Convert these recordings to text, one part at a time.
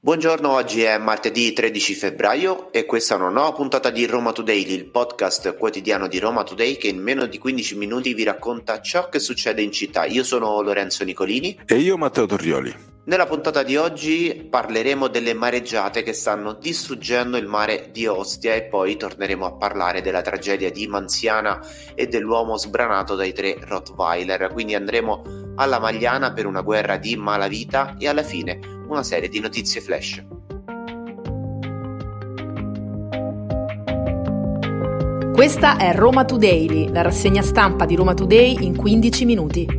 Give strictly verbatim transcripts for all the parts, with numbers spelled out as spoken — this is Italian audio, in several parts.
Buongiorno, oggi è martedì tredici febbraio e questa è una nuova puntata di Roma Today, il podcast quotidiano di Roma Today che in meno di quindici minuti vi racconta ciò che succede in città. Io sono Lorenzo Nicolini. E io Matteo Torrioli. Nella puntata di oggi parleremo delle mareggiate che stanno distruggendo il mare di Ostia e poi torneremo a parlare della tragedia di Manziana e dell'uomo sbranato dai tre Rottweiler. Quindi andremo alla Magliana per una guerra di malavita e alla fine una serie di notizie flash. Questa è Roma Today, la rassegna stampa di Roma Today in quindici minuti.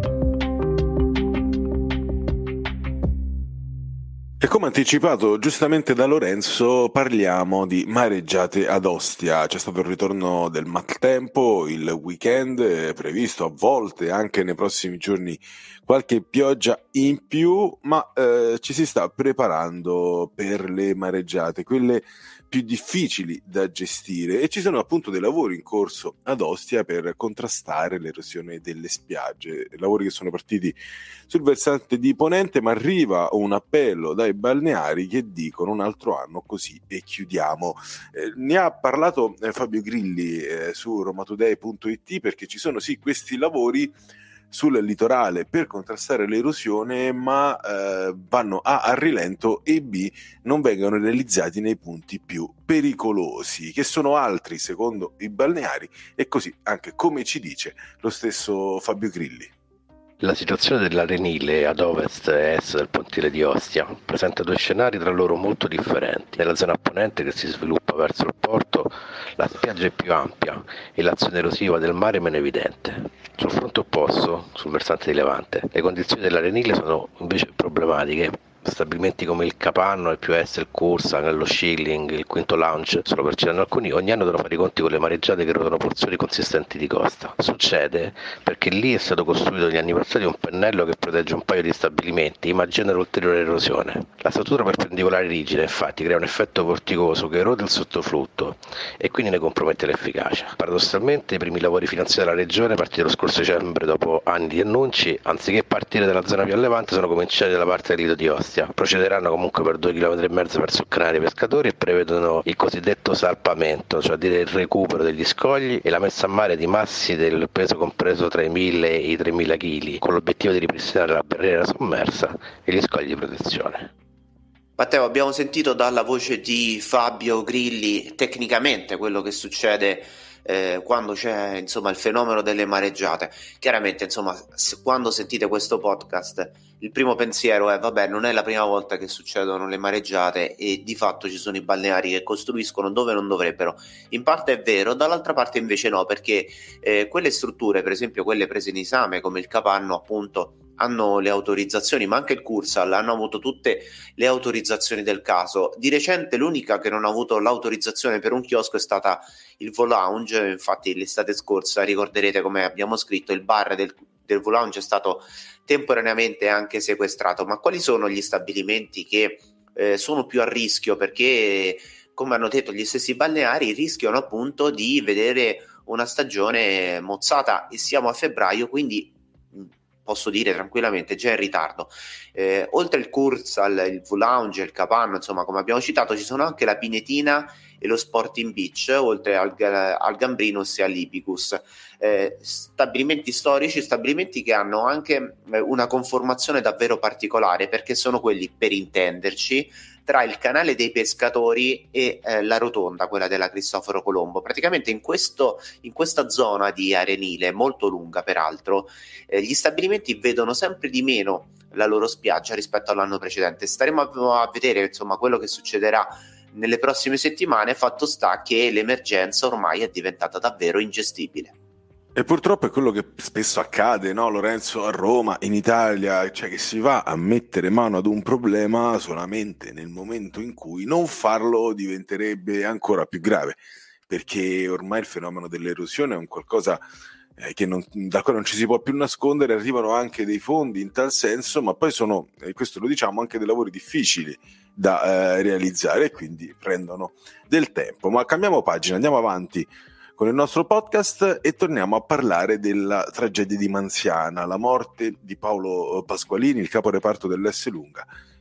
E come anticipato giustamente da Lorenzo, parliamo di mareggiate ad Ostia. C'è stato il ritorno del maltempo, il weekend è previsto, a volte anche nei prossimi giorni qualche pioggia in più, ma eh, ci si sta preparando per le mareggiate, quelle più difficili da gestire, e ci sono appunto dei lavori in corso ad Ostia per contrastare l'erosione delle spiagge, lavori che sono partiti sul versante di Ponente, ma arriva un appello dai balneari che dicono un altro anno così e chiudiamo. Eh, ne ha parlato eh, Fabio Grilli eh, su romatoday punto it, perché ci sono sì questi lavori sul litorale per contrastare l'erosione, ma eh, vanno A a rilento e B non vengono realizzati nei punti più pericolosi, che sono altri secondo i balneari, e così anche come ci dice lo stesso Fabio Grilli. La situazione dell'Arenile ad ovest e est del pontile di Ostia presenta due scenari tra loro molto differenti. Nella zona a ponente, che si sviluppa verso il porto, la spiaggia è più ampia e l'azione erosiva del mare meno evidente. Sul fronte opposto, sul versante di Levante, le condizioni dell'Arenile sono invece problematiche. Stabilimenti come il Capanno, il più est, il Cursa, lo Schilling, il Quinto Lounge, solo per citarne alcuni, ogni anno devono fare i conti con le mareggiate che erodono porzioni consistenti di costa. Succede perché lì è stato costruito negli anni passati un pennello che protegge un paio di stabilimenti, ma genera ulteriore erosione. La struttura perpendicolare rigida, infatti, crea un effetto vorticoso che erode il sottoflutto e quindi ne compromette l'efficacia. Paradossalmente, i primi lavori finanziati dalla regione, partiti lo scorso dicembre dopo anni di annunci, anziché partire dalla zona più a levante, sono cominciati dalla parte del lido di Ostia. Procederanno comunque per due chilometri e mezzo verso il canale dei pescatori e prevedono il cosiddetto salpamento, cioè dire il recupero degli scogli e la messa a mare di massi del peso compreso tra i mille e i tremila chili, con l'obiettivo di ripristinare la barriera sommersa e gli scogli di protezione. Matteo, abbiamo sentito dalla voce di Fabio Grilli tecnicamente quello che succede eh, quando c'è insomma il fenomeno delle mareggiate. Chiaramente, insomma, se, quando sentite questo podcast, il primo pensiero è vabbè, non è la prima volta che succedono le mareggiate e di fatto ci sono i balneari che costruiscono dove non dovrebbero. In parte è vero, dall'altra parte invece no, perché eh, quelle strutture, per esempio quelle prese in esame come il Capanno, appunto, hanno le autorizzazioni, ma anche il Cursal hanno avuto tutte le autorizzazioni del caso. Di recente l'unica che non ha avuto l'autorizzazione per un chiosco è stata il Vo-Lounge. Infatti l'estate scorsa, ricorderete come abbiamo scritto, il bar del, del Vo-Lounge è stato temporaneamente anche sequestrato. Ma quali sono gli stabilimenti che eh, sono più a rischio? Perché, come hanno detto gli stessi balneari, rischiano appunto di vedere una stagione mozzata, e siamo a febbraio, quindi posso dire tranquillamente già in ritardo. Eh, oltre il Cursal, il V-Lounge, il Capanno, insomma, come abbiamo citato, ci sono anche la Pinetina e lo Sporting Beach, oltre al, al Gambrinus e all'Ipicus. Eh, stabilimenti storici, stabilimenti che hanno anche eh, una conformazione davvero particolare, perché sono quelli, per intenderci, tra il canale dei pescatori e eh, la rotonda, quella della Cristoforo Colombo. Praticamente in, questo, in questa zona di Arenile, molto lunga peraltro, eh, gli stabilimenti vedono sempre di meno la loro spiaggia rispetto all'anno precedente. Staremo a, a vedere insomma quello che succederà nelle prossime settimane. Fatto sta che l'emergenza ormai è diventata davvero ingestibile. E purtroppo è quello che spesso accade, no, Lorenzo, a Roma, in Italia, cioè che si va a mettere mano ad un problema solamente nel momento in cui non farlo diventerebbe ancora più grave, perché ormai il fenomeno dell'erosione è un qualcosa eh, che non, da cui non ci si può più nascondere. Arrivano anche dei fondi in tal senso, ma poi sono, e questo lo diciamo, anche dei lavori difficili da eh, realizzare e quindi prendono del tempo. Ma cambiamo pagina, andiamo avanti con il nostro podcast e torniamo a parlare della tragedia di Manziana, la morte di Paolo Pasqualini, il caporeparto dell'Esselunga,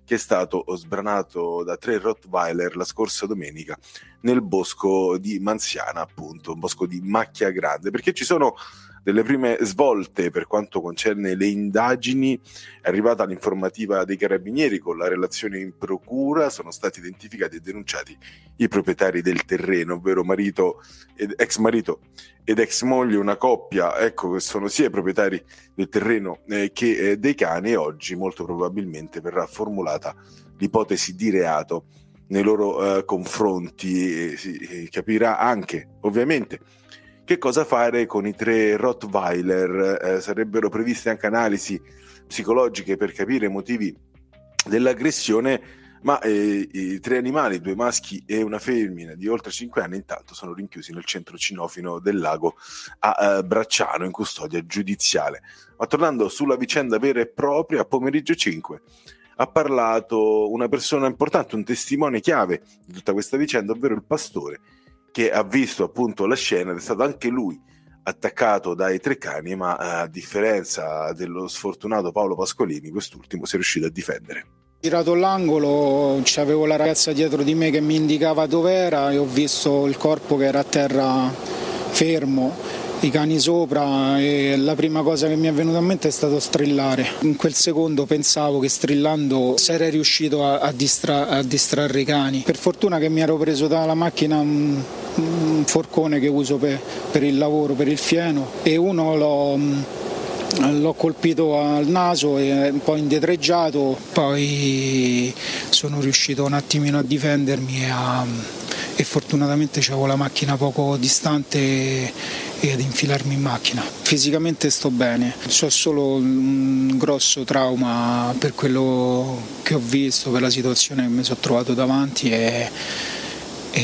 che è stato sbranato da tre Rottweiler la scorsa domenica nel bosco di Manziana, appunto, un bosco di Macchia Grande, perché ci sono delle prime svolte per quanto concerne le indagini. È arrivata l'informativa dei carabinieri con la relazione in procura, sono stati identificati e denunciati i proprietari del terreno, ovvero marito ed ex marito ed ex moglie, una coppia, ecco, che sono sia i proprietari del terreno eh, che eh, dei cani, e oggi molto probabilmente verrà formulata l'ipotesi di reato nei loro eh, confronti, e si e capirà anche ovviamente che cosa fare con i tre Rottweiler. Eh, sarebbero previste anche analisi psicologiche per capire i motivi dell'aggressione, ma eh, i tre animali, due maschi e una femmina di oltre cinque anni, intanto sono rinchiusi nel centro cinofino del lago a eh, Bracciano in custodia giudiziale. Ma tornando sulla vicenda vera e propria, a pomeriggio cinque ha parlato una persona importante, un testimone chiave di tutta questa vicenda, ovvero il pastore, che ha visto appunto la scena ed è stato anche lui attaccato dai tre cani, ma a differenza dello sfortunato Paolo Pascolini, quest'ultimo si è riuscito a difendere. Girato l'angolo, c'avevo la ragazza dietro di me che mi indicava dov'era e ho visto il corpo che era a terra fermo, i cani sopra, e la prima cosa che mi è venuta a mente è stato strillare. In quel secondo pensavo che strillando sarei riuscito a, a, distra- a distrarre i cani. Per fortuna che mi ero preso dalla macchina un, un forcone che uso per, per il lavoro, per il fieno, e uno l'ho... l'ho colpito al naso e un po' indietreggiato, poi sono riuscito un attimino a difendermi e, a, e fortunatamente c'avevo la macchina poco distante e, e ad infilarmi in macchina. Fisicamente sto bene, ho solo un grosso trauma per quello che ho visto, per la situazione che mi sono trovato davanti, e, e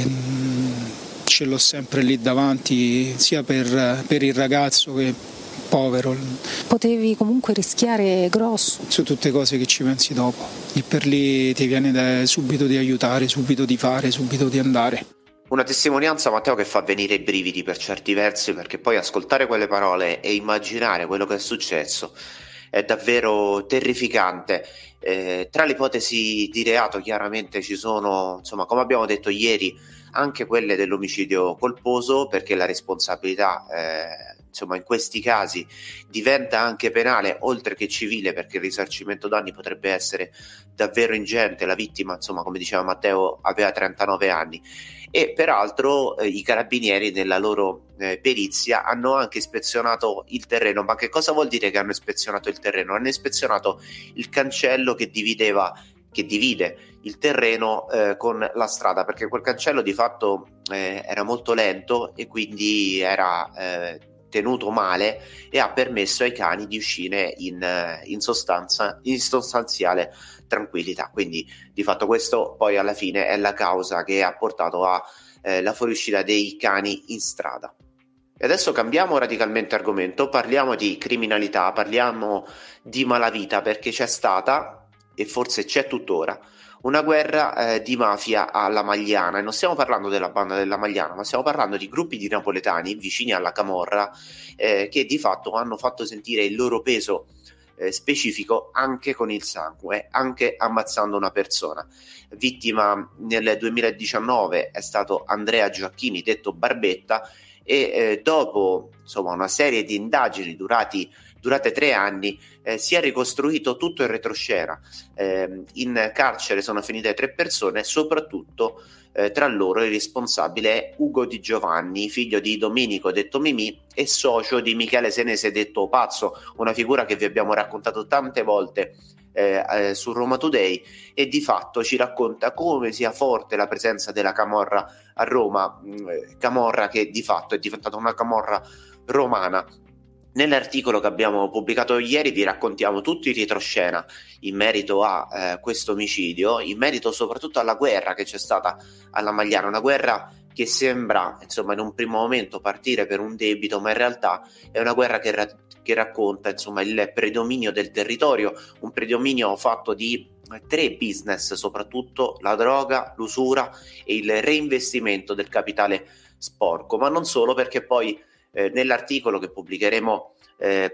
ce l'ho sempre lì davanti, sia per, per il ragazzo che povero. Potevi comunque rischiare grosso. Su tutte cose che ci pensi dopo. Lì per lì ti viene da, subito di aiutare, subito di fare, subito di andare. Una testimonianza, Matteo, che fa venire i brividi per certi versi, perché poi ascoltare quelle parole e immaginare quello che è successo è davvero terrificante. Eh, tra le ipotesi di reato chiaramente ci sono, insomma, come abbiamo detto ieri, anche quelle dell'omicidio colposo, perché la responsabilità eh, insomma in questi casi diventa anche penale oltre che civile, perché il risarcimento danni potrebbe essere davvero ingente. La vittima, insomma, come diceva Matteo, aveva trentanove anni, e peraltro eh, i carabinieri nella loro eh, perizia hanno anche ispezionato il terreno. Ma che cosa vuol dire che hanno ispezionato il terreno? Hanno ispezionato il cancello che divideva che divide il terreno eh, con la strada, perché quel cancello di fatto eh, era molto lento e quindi era eh, tenuto male, e ha permesso ai cani di uscire in, in sostanza in sostanziale tranquillità. Quindi di fatto questo poi alla fine è la causa che ha portato alla eh, fuoriuscita dei cani in strada. E adesso cambiamo radicalmente argomento, parliamo di criminalità, parliamo di malavita, perché c'è stata, e forse c'è tuttora, una guerra eh, di mafia alla Magliana. E non stiamo parlando della banda della Magliana, ma stiamo parlando di gruppi di napoletani vicini alla camorra eh, che di fatto hanno fatto sentire il loro peso eh, specifico anche con il sangue, anche ammazzando una persona. Vittima nel duemiladiciannove è stato Andrea Giacchini, detto Barbetta, e eh, dopo insomma una serie di indagini durati durate tre anni eh, si è ricostruito tutto il retroscena. Eh, in carcere sono finite tre persone, soprattutto eh, tra loro il responsabile è Ugo Di Giovanni, figlio di Domenico detto Mimì e socio di Michele Senese detto Pazzo, una figura che vi abbiamo raccontato tante volte eh, eh, su Roma Today, e di fatto ci racconta come sia forte la presenza della camorra a Roma, mh, camorra che di fatto è diventata una camorra romana. Nell'articolo che abbiamo pubblicato ieri vi raccontiamo tutto il retroscena in merito a eh, questo omicidio, in merito soprattutto alla guerra che c'è stata alla Magliana, una guerra che sembra insomma in un primo momento partire per un debito, ma in realtà è una guerra che, ra- che racconta insomma il predominio del territorio, un predominio fatto di tre business, soprattutto la droga, l'usura e il reinvestimento del capitale sporco. Ma non solo, perché poi Eh, nell'articolo che pubblicheremo eh,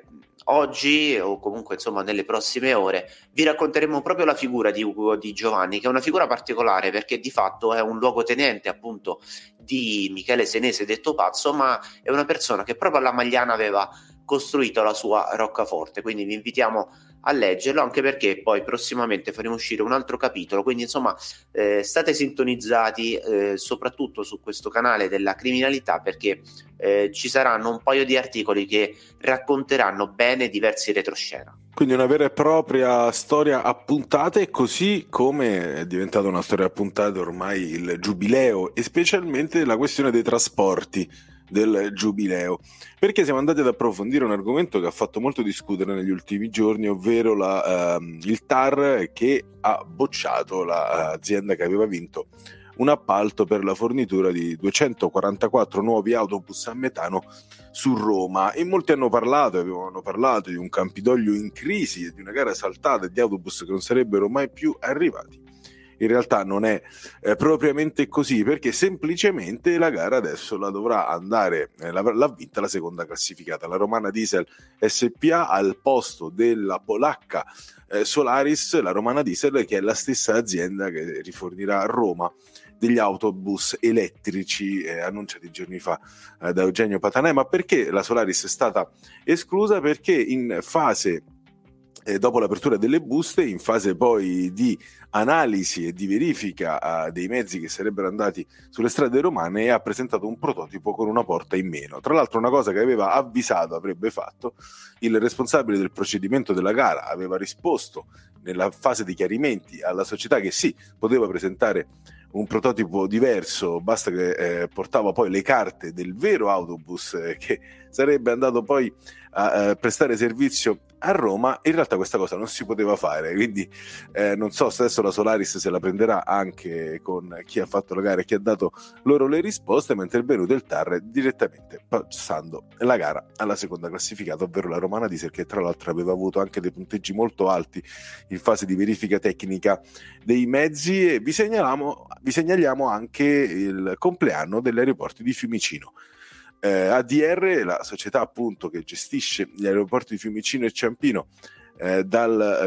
oggi o comunque insomma nelle prossime ore vi racconteremo proprio la figura di Ugo Di Giovanni, che è una figura particolare perché di fatto è un luogotenente appunto di Michele Senese detto Pazzo, ma è una persona che proprio alla Magliana aveva costruito la sua roccaforte, quindi vi invitiamo a leggerlo, anche perché poi prossimamente faremo uscire un altro capitolo, quindi insomma eh, state sintonizzati eh, soprattutto su questo canale della criminalità, perché eh, ci saranno un paio di articoli che racconteranno bene diversi retroscena. Quindi una vera e propria storia a puntate, così come è diventata una storia a puntate ormai il Giubileo, e specialmente la questione dei trasporti del Giubileo, perché siamo andati ad approfondire un argomento che ha fatto molto discutere negli ultimi giorni, ovvero la, uh, il T A R che ha bocciato l'azienda che aveva vinto un appalto per la fornitura di duecentoquarantaquattro nuovi autobus a metano su Roma, e molti hanno parlato, avevano parlato di un Campidoglio in crisi e di una gara saltata di autobus che non sarebbero mai più arrivati. In realtà non è eh, propriamente così, perché semplicemente la gara adesso la dovrà andare, eh, l'ha vinta la seconda classificata, la Romana Diesel S P A, al posto della polacca eh, Solaris, la Romana Diesel, che è la stessa azienda che rifornirà a Roma degli autobus elettrici eh, annunciati giorni fa eh, da Eugenio Patanè. Ma perché la Solaris è stata esclusa? Perché in fase Eh, dopo l'apertura delle buste, in fase poi di analisi e di verifica uh, dei mezzi che sarebbero andati sulle strade romane, ha presentato un prototipo con una porta in meno. Tra l'altro una cosa che aveva avvisato avrebbe fatto il responsabile del procedimento della gara, aveva risposto nella fase di chiarimenti alla società che sì, poteva presentare un prototipo diverso, basta che eh, portava poi le carte del vero autobus eh, che sarebbe andato poi a, a prestare servizio a Roma. In realtà questa cosa non si poteva fare, quindi eh, non so se adesso la Solaris se la prenderà anche con chi ha fatto la gara e chi ha dato loro le risposte, ma è intervenuto il T A R direttamente passando la gara alla seconda classificata, ovvero la Romana Diesel, che tra l'altro aveva avuto anche dei punteggi molto alti in fase di verifica tecnica dei mezzi. E vi segnaliamo, vi segnaliamo anche il compleanno degli aeroporti di Fiumicino. Eh, A D R, la società appunto che gestisce gli aeroporti di Fiumicino e Ciampino eh, dal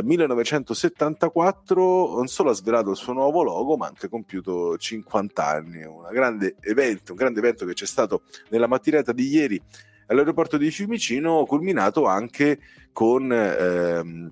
millenovecentosettantaquattro, non solo ha svelato il suo nuovo logo, ma ha anche compiuto cinquanta anni. Un grande evento, un grande evento che c'è stato nella mattinata di ieri all'aeroporto di Fiumicino, culminato anche con ehm,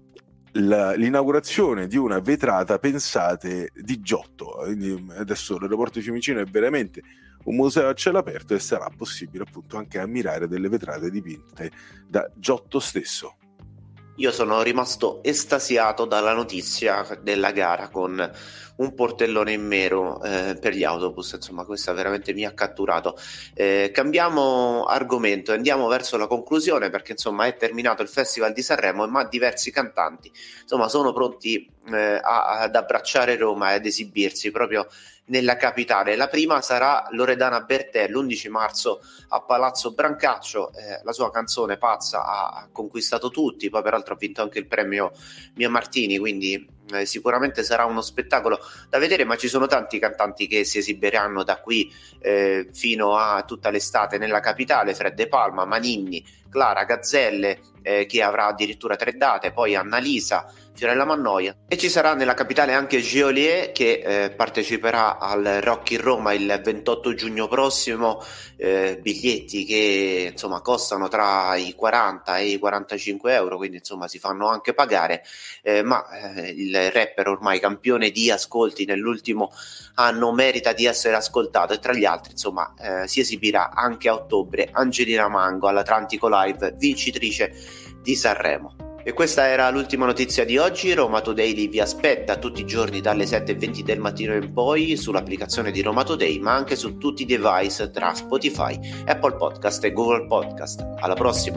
La, l'inaugurazione di una vetrata, pensate, di Giotto. Quindi adesso l'aeroporto di Fiumicino è veramente un museo a cielo aperto e sarà possibile appunto anche ammirare delle vetrate dipinte da Giotto stesso. Io sono rimasto estasiato dalla notizia della gara con un portellone in meno eh, per gli autobus, insomma questa veramente mi ha catturato. Eh, cambiamo argomento e andiamo verso la conclusione, perché insomma è terminato il Festival di Sanremo, ma diversi cantanti insomma sono pronti eh, a, ad abbracciare Roma e ad esibirsi proprio nella capitale. La prima sarà Loredana Bertè, l'undici marzo a Palazzo Brancaccio. Eh, la sua canzone Pazza ha, ha conquistato tutti, poi peraltro ha vinto anche il premio Mia Martini, quindi eh, sicuramente sarà uno spettacolo da vedere. Ma ci sono tanti cantanti che si esibiranno da qui eh, fino a tutta l'estate nella capitale: Fred De Palma, Maninni, Clara, Gazzelle, eh, che avrà addirittura tre date, poi Annalisa, Fiorella Mannoia, e ci sarà nella capitale anche Geolier, che eh, parteciperà al Rock in Roma il ventotto giugno prossimo. Eh, biglietti che insomma costano tra i quaranta e i quarantacinque euro, quindi insomma si fanno anche pagare, eh, ma eh, il rapper ormai campione di ascolti nell'ultimo anno merita di essere ascoltato, e tra gli altri insomma eh, si esibirà anche a ottobre Angelina Mango all'Atlantico Live, vincitrice di Sanremo. E questa era l'ultima notizia di oggi. Roma Today vi aspetta tutti i giorni dalle sette e venti del mattino in poi sull'applicazione di Roma Today, ma anche su tutti i device tra Spotify, Apple Podcast e Google Podcast. Alla prossima!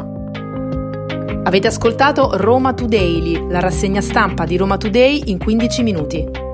Avete ascoltato Roma Today, la rassegna stampa di Roma Today in quindici minuti.